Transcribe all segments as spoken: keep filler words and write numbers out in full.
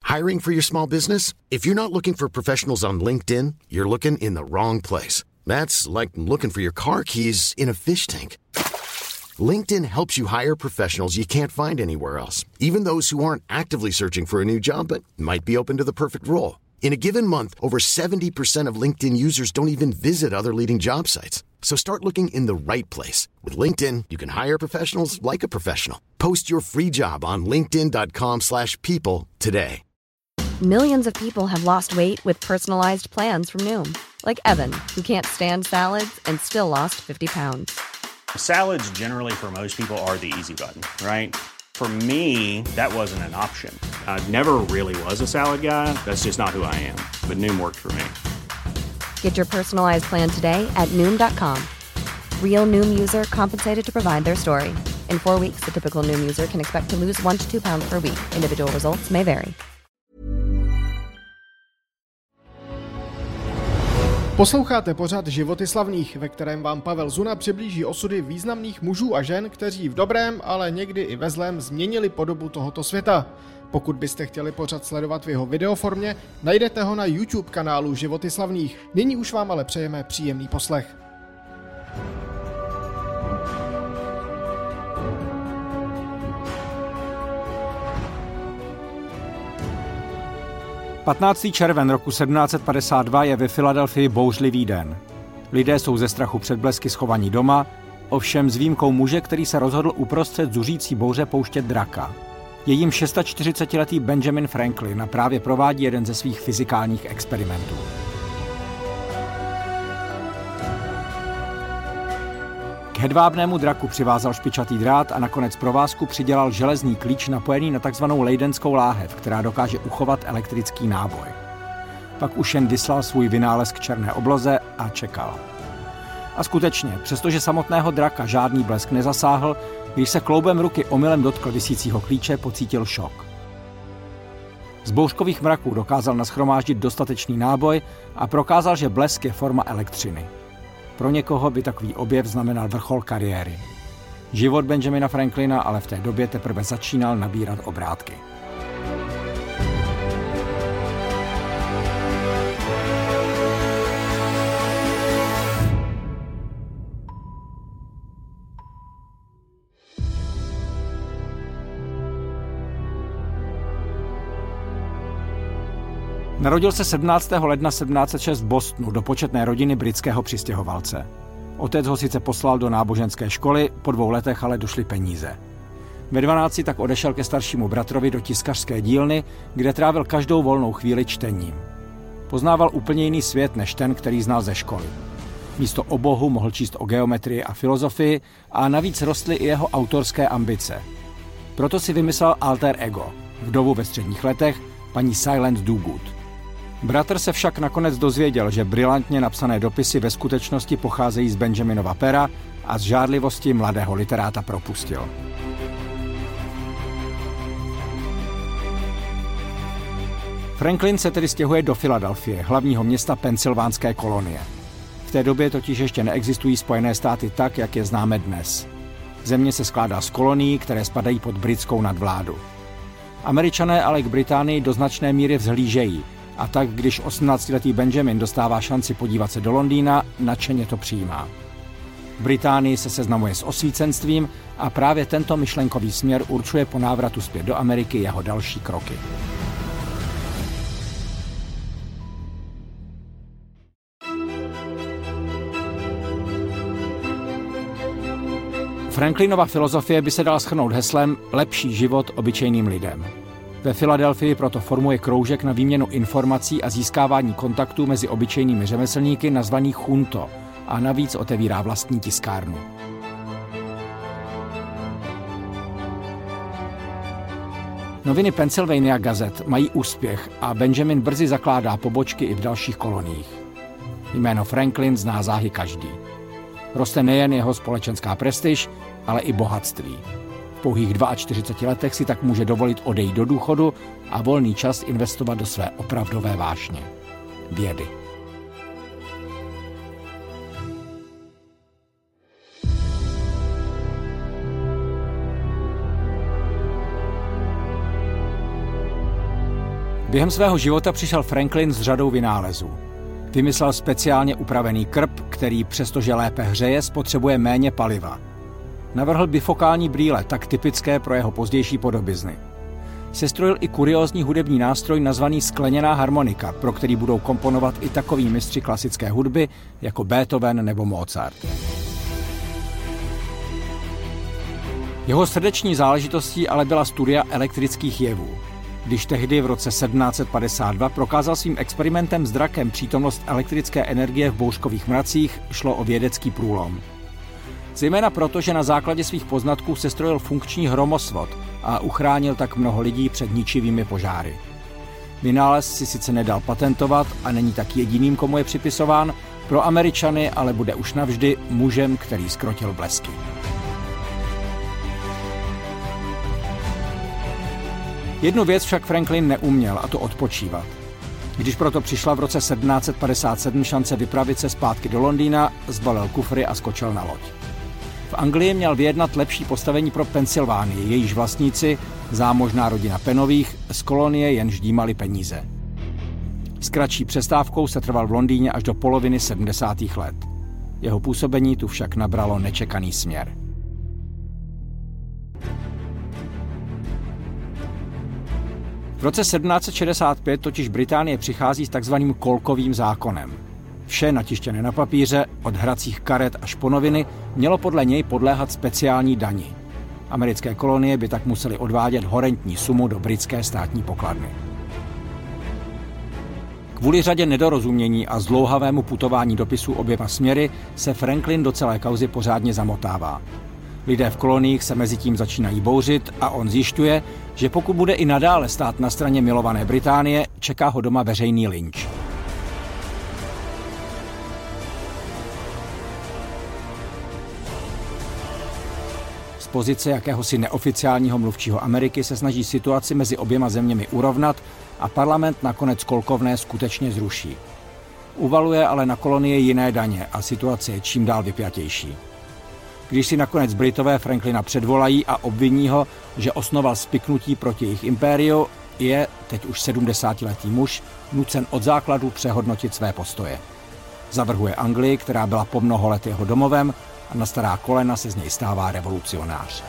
Hiring for your small business? If you're not looking for professionals on LinkedIn, you're looking in the wrong place. That's like looking for your car keys in a fish tank. LinkedIn helps you hire professionals you can't find anywhere else, even those who aren't actively searching for a new job but might be open to the perfect role. In a given month, over seventy percent of LinkedIn users don't even visit other leading job sites. So start looking in the right place. With LinkedIn, you can hire professionals like a professional. Post your free job on linkedin.com slash people today. Millions of people have lost weight with personalized plans from Noom. Like Evan, who can't stand salads and still lost fifty pounds. Salads generally for most people are the easy button, right? For me, that wasn't an option. I never really was a salad guy. That's just not who I am. But Noom worked for me. Get your personalized plan today at Noom dot com. Real Noom user compensated to provide their story. In four weeks, the typical Noom user can expect to lose one to two pounds per week. Individual results may vary. Posloucháte pořad Životy slavných, ve kterém vám Pavel Zuna přiblíží osudy významných mužů a žen, kteří v dobrém, ale někdy i ve zlém změnili podobu tohoto světa. Pokud byste chtěli pořad sledovat v jeho videoformě, najdete ho na YouTube kanálu Životy slavných. Nyní už vám ale přejeme příjemný poslech. patnáctého června roku sedmnáct set padesát dva je ve Filadelfii bouřlivý den. Lidé jsou ze strachu před blesky schovaní doma, ovšem s výjimkou muže, který se rozhodl uprostřed zuřící bouře pouštět draka. Je jím čtyřicetišestiletý Benjamin Franklin a právě provádí jeden ze svých fyzikálních experimentů. K hedvábnému draku přivázal špičatý drát a nakonec provázku přidělal železný klíč napojený na takzvanou lejdenskou láhev, která dokáže uchovat elektrický náboj. Pak už jen vyslal svůj vynález k černé obloze a čekal. A skutečně, přestože samotného draka žádný blesk nezasáhl, když se kloubem ruky omylem dotkl visícího klíče, pocítil šok. Z bouřkových mraků dokázal nashromáždit dostatečný náboj a prokázal, že blesk je forma elektřiny. Pro někoho by takový objev znamenal vrchol kariéry. Život Benjamina Franklina ale v té době teprve začínal nabírat obrátky. Narodil se sedmnáctého ledna sedmnáct set šest v Bostonu do početné rodiny britského přistěhovalce. Otec ho sice poslal do náboženské školy, po dvou letech ale došly peníze. Ve dvanácti tak odešel ke staršímu bratrovi do tiskařské dílny, kde trávil každou volnou chvíli čtením. Poznával úplně jiný svět než ten, který znal ze školy. Místo o Bohu mohl číst o geometrii a filozofii a navíc rostly i jeho autorské ambice. Proto si vymyslel alter ego, vdovu ve středních letech, paní Silent Dogood. Bratr se však nakonec dozvěděl, že brilantně napsané dopisy ve skutečnosti pocházejí z Benjaminova pera a z žárlivosti mladého literáta propustil. Franklin se tedy stěhuje do Filadelfie, hlavního města Pensylvánské kolonie. V té době totiž ještě neexistují Spojené státy tak, jak je známe dnes. Země se skládá z kolonií, které spadají pod britskou nadvládu. Američané ale k Británii do značné míry vzhlížejí, a tak, když osmnáctiletý Benjamin dostává šanci podívat se do Londýna, nadšeně to přijímá. V Británii se seznamuje s osvícenstvím a právě tento myšlenkový směr určuje po návratu zpět do Ameriky jeho další kroky. Franklinova filozofie by se dala shrnout heslem lepší život obyčejným lidem. Ve Filadelfii proto formuje kroužek na výměnu informací a získávání kontaktů mezi obyčejnými řemeslníky nazvaný Junto a navíc otevírá vlastní tiskárnu. Noviny Pennsylvania Gazette mají úspěch a Benjamin brzy zakládá pobočky i v dalších koloniích. Jméno Franklin zná záhy každý. Roste nejen jeho společenská prestiž, ale i bohatství. V pouhých čtyřiceti dvou letech si tak může dovolit odejít do důchodu a volný čas investovat do své opravdové vášně – vědy. Během svého života přišel Franklin s řadou vynálezů. Vymyslel speciálně upravený krb, který přestože lépe hřeje, spotřebuje méně paliva. Navrhl bifokální brýle, tak typické pro jeho pozdější podobizny. Sestrojil i kuriózní hudební nástroj nazvaný skleněná harmonika, pro který budou komponovat i takoví mistři klasické hudby jako Beethoven nebo Mozart. Jeho srdeční záležitostí ale byla studia elektrických jevů. Když tehdy v roce sedmnáct set padesát dva prokázal svým experimentem s drakem přítomnost elektrické energie v bouřkových mracích, šlo o vědecký průlom. Zejména proto, že na základě svých poznatků sestrojil funkční hromosvod a uchránil tak mnoho lidí před ničivými požáry. Vynález si sice nedal patentovat a není tak jediným, komu je připisován, pro Američany ale bude už navždy mužem, který zkrotil blesky. Jednu věc však Franklin neuměl, a to odpočívat. Když proto přišla v roce sedmnáct set padesát sedm šance vypravit se zpátky do Londýna, zbalil kufry a skočil na loď. V Anglii měl vyjednat lepší postavení pro Pensylvánii, jejíž vlastníci, zámožná rodina Penových, z kolonie jen ždímali peníze. S kratší přestávkou se trval v Londýně až do poloviny sedmdesátých let. Jeho působení tu však nabralo nečekaný směr. V roce sedmnáct set šedesát pět totiž Británie přichází s takzvaným kolkovým zákonem. Vše natištěné na papíře, od hracích karet až po noviny, mělo podle něj podléhat speciální dani. Americké kolonie by tak musely odvádět horentní sumu do britské státní pokladny. Kvůli řadě nedorozumění a zdlouhavému putování dopisů oběma směry se Franklin do celé kauzy pořádně zamotává. Lidé v koloniích se mezitím začínají bouřit a on zjišťuje, že pokud bude i nadále stát na straně milované Británie, čeká ho doma veřejný lynč. Z pozice jakéhosi neoficiálního mluvčího Ameriky se snaží situaci mezi oběma zeměmi urovnat a parlament nakonec kolkovné skutečně zruší. Uvaluje ale na kolonie jiné daně a situace je čím dál vypjatější. Když si nakonec Britové Franklina předvolají a obviní ho, že osnoval spiknutí proti jejich impériu, je, teď už sedmdesátiletý muž, nucen od základu přehodnotit své postoje. Zavrhuje Anglii, která byla po mnoho let jeho domovem, a na stará kolena se z něj stává revolucionář.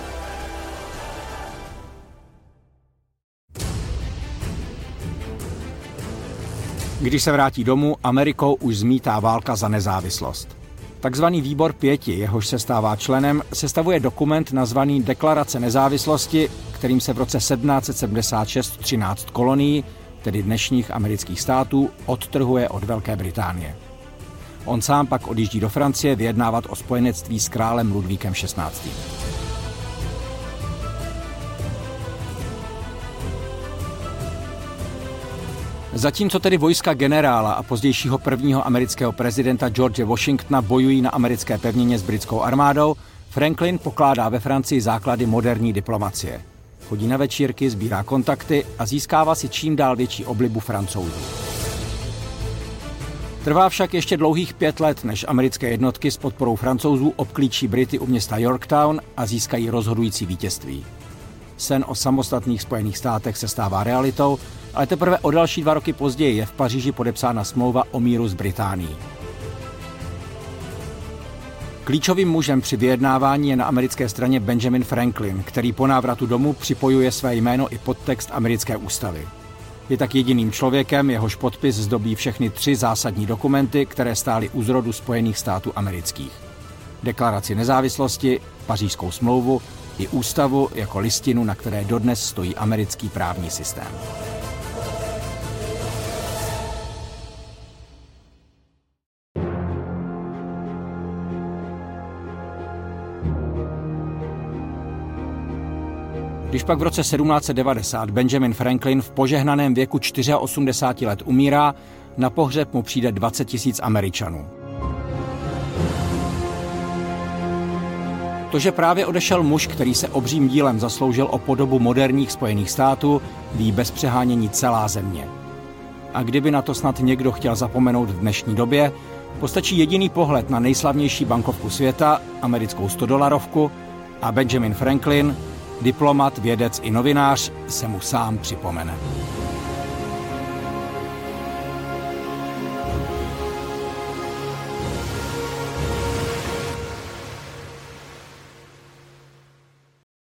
Když se vrátí domů, Amerikou už zmítá válka za nezávislost. Takzvaný výbor pěti, jehož se stává členem, sestavuje dokument nazvaný Deklarace nezávislosti, kterým se v roce sedmnáct set sedmdesát šest třináct kolonií, tedy dnešních amerických států, odtrhuje od Velké Británie. On sám pak odjíždí do Francie vyjednávat o spojenectví s králem Ludvíkem šestnáctým. Zatímco tedy vojska generála a pozdějšího prvního amerického prezidenta George Washingtona bojují na americké pevnině s britskou armádou, Franklin pokládá ve Francii základy moderní diplomacie. Chodí na večírky, sbírá kontakty a získává si čím dál větší oblibu Francouzů. Trvá však ještě dlouhých pět let, než americké jednotky s podporou Francouzů obklíčí Brity u města Yorktown a získají rozhodující vítězství. Sen o samostatných Spojených státech se stává realitou, ale teprve o další dva roky později je v Paříži podepsána smlouva o míru s Británií. Klíčovým mužem při vyjednávání je na americké straně Benjamin Franklin, který po návratu domů připojuje své jméno i podtext americké ústavy. Je tak jediným člověkem, jehož podpis zdobí všechny tři zásadní dokumenty, které stály u zrodu Spojených států amerických. Deklaraci nezávislosti, Pařížskou smlouvu i ústavu jako listinu, na které dodnes stojí americký právní systém. Když pak v roce sedmnáct set devadesát Benjamin Franklin v požehnaném věku osmdesáti čtyř let umírá, na pohřeb mu přijde dvacet tisíc Američanů. To, že právě odešel muž, který se obřím dílem zasloužil o podobu moderních Spojených států, ví bez přehánění celá země. A kdyby na to snad někdo chtěl zapomenout v dnešní době, postačí jediný pohled na nejslavnější bankovku světa, americkou stodolarovku, a Benjamin Franklin, diplomat, vědec i novinář, se mu sám připomene.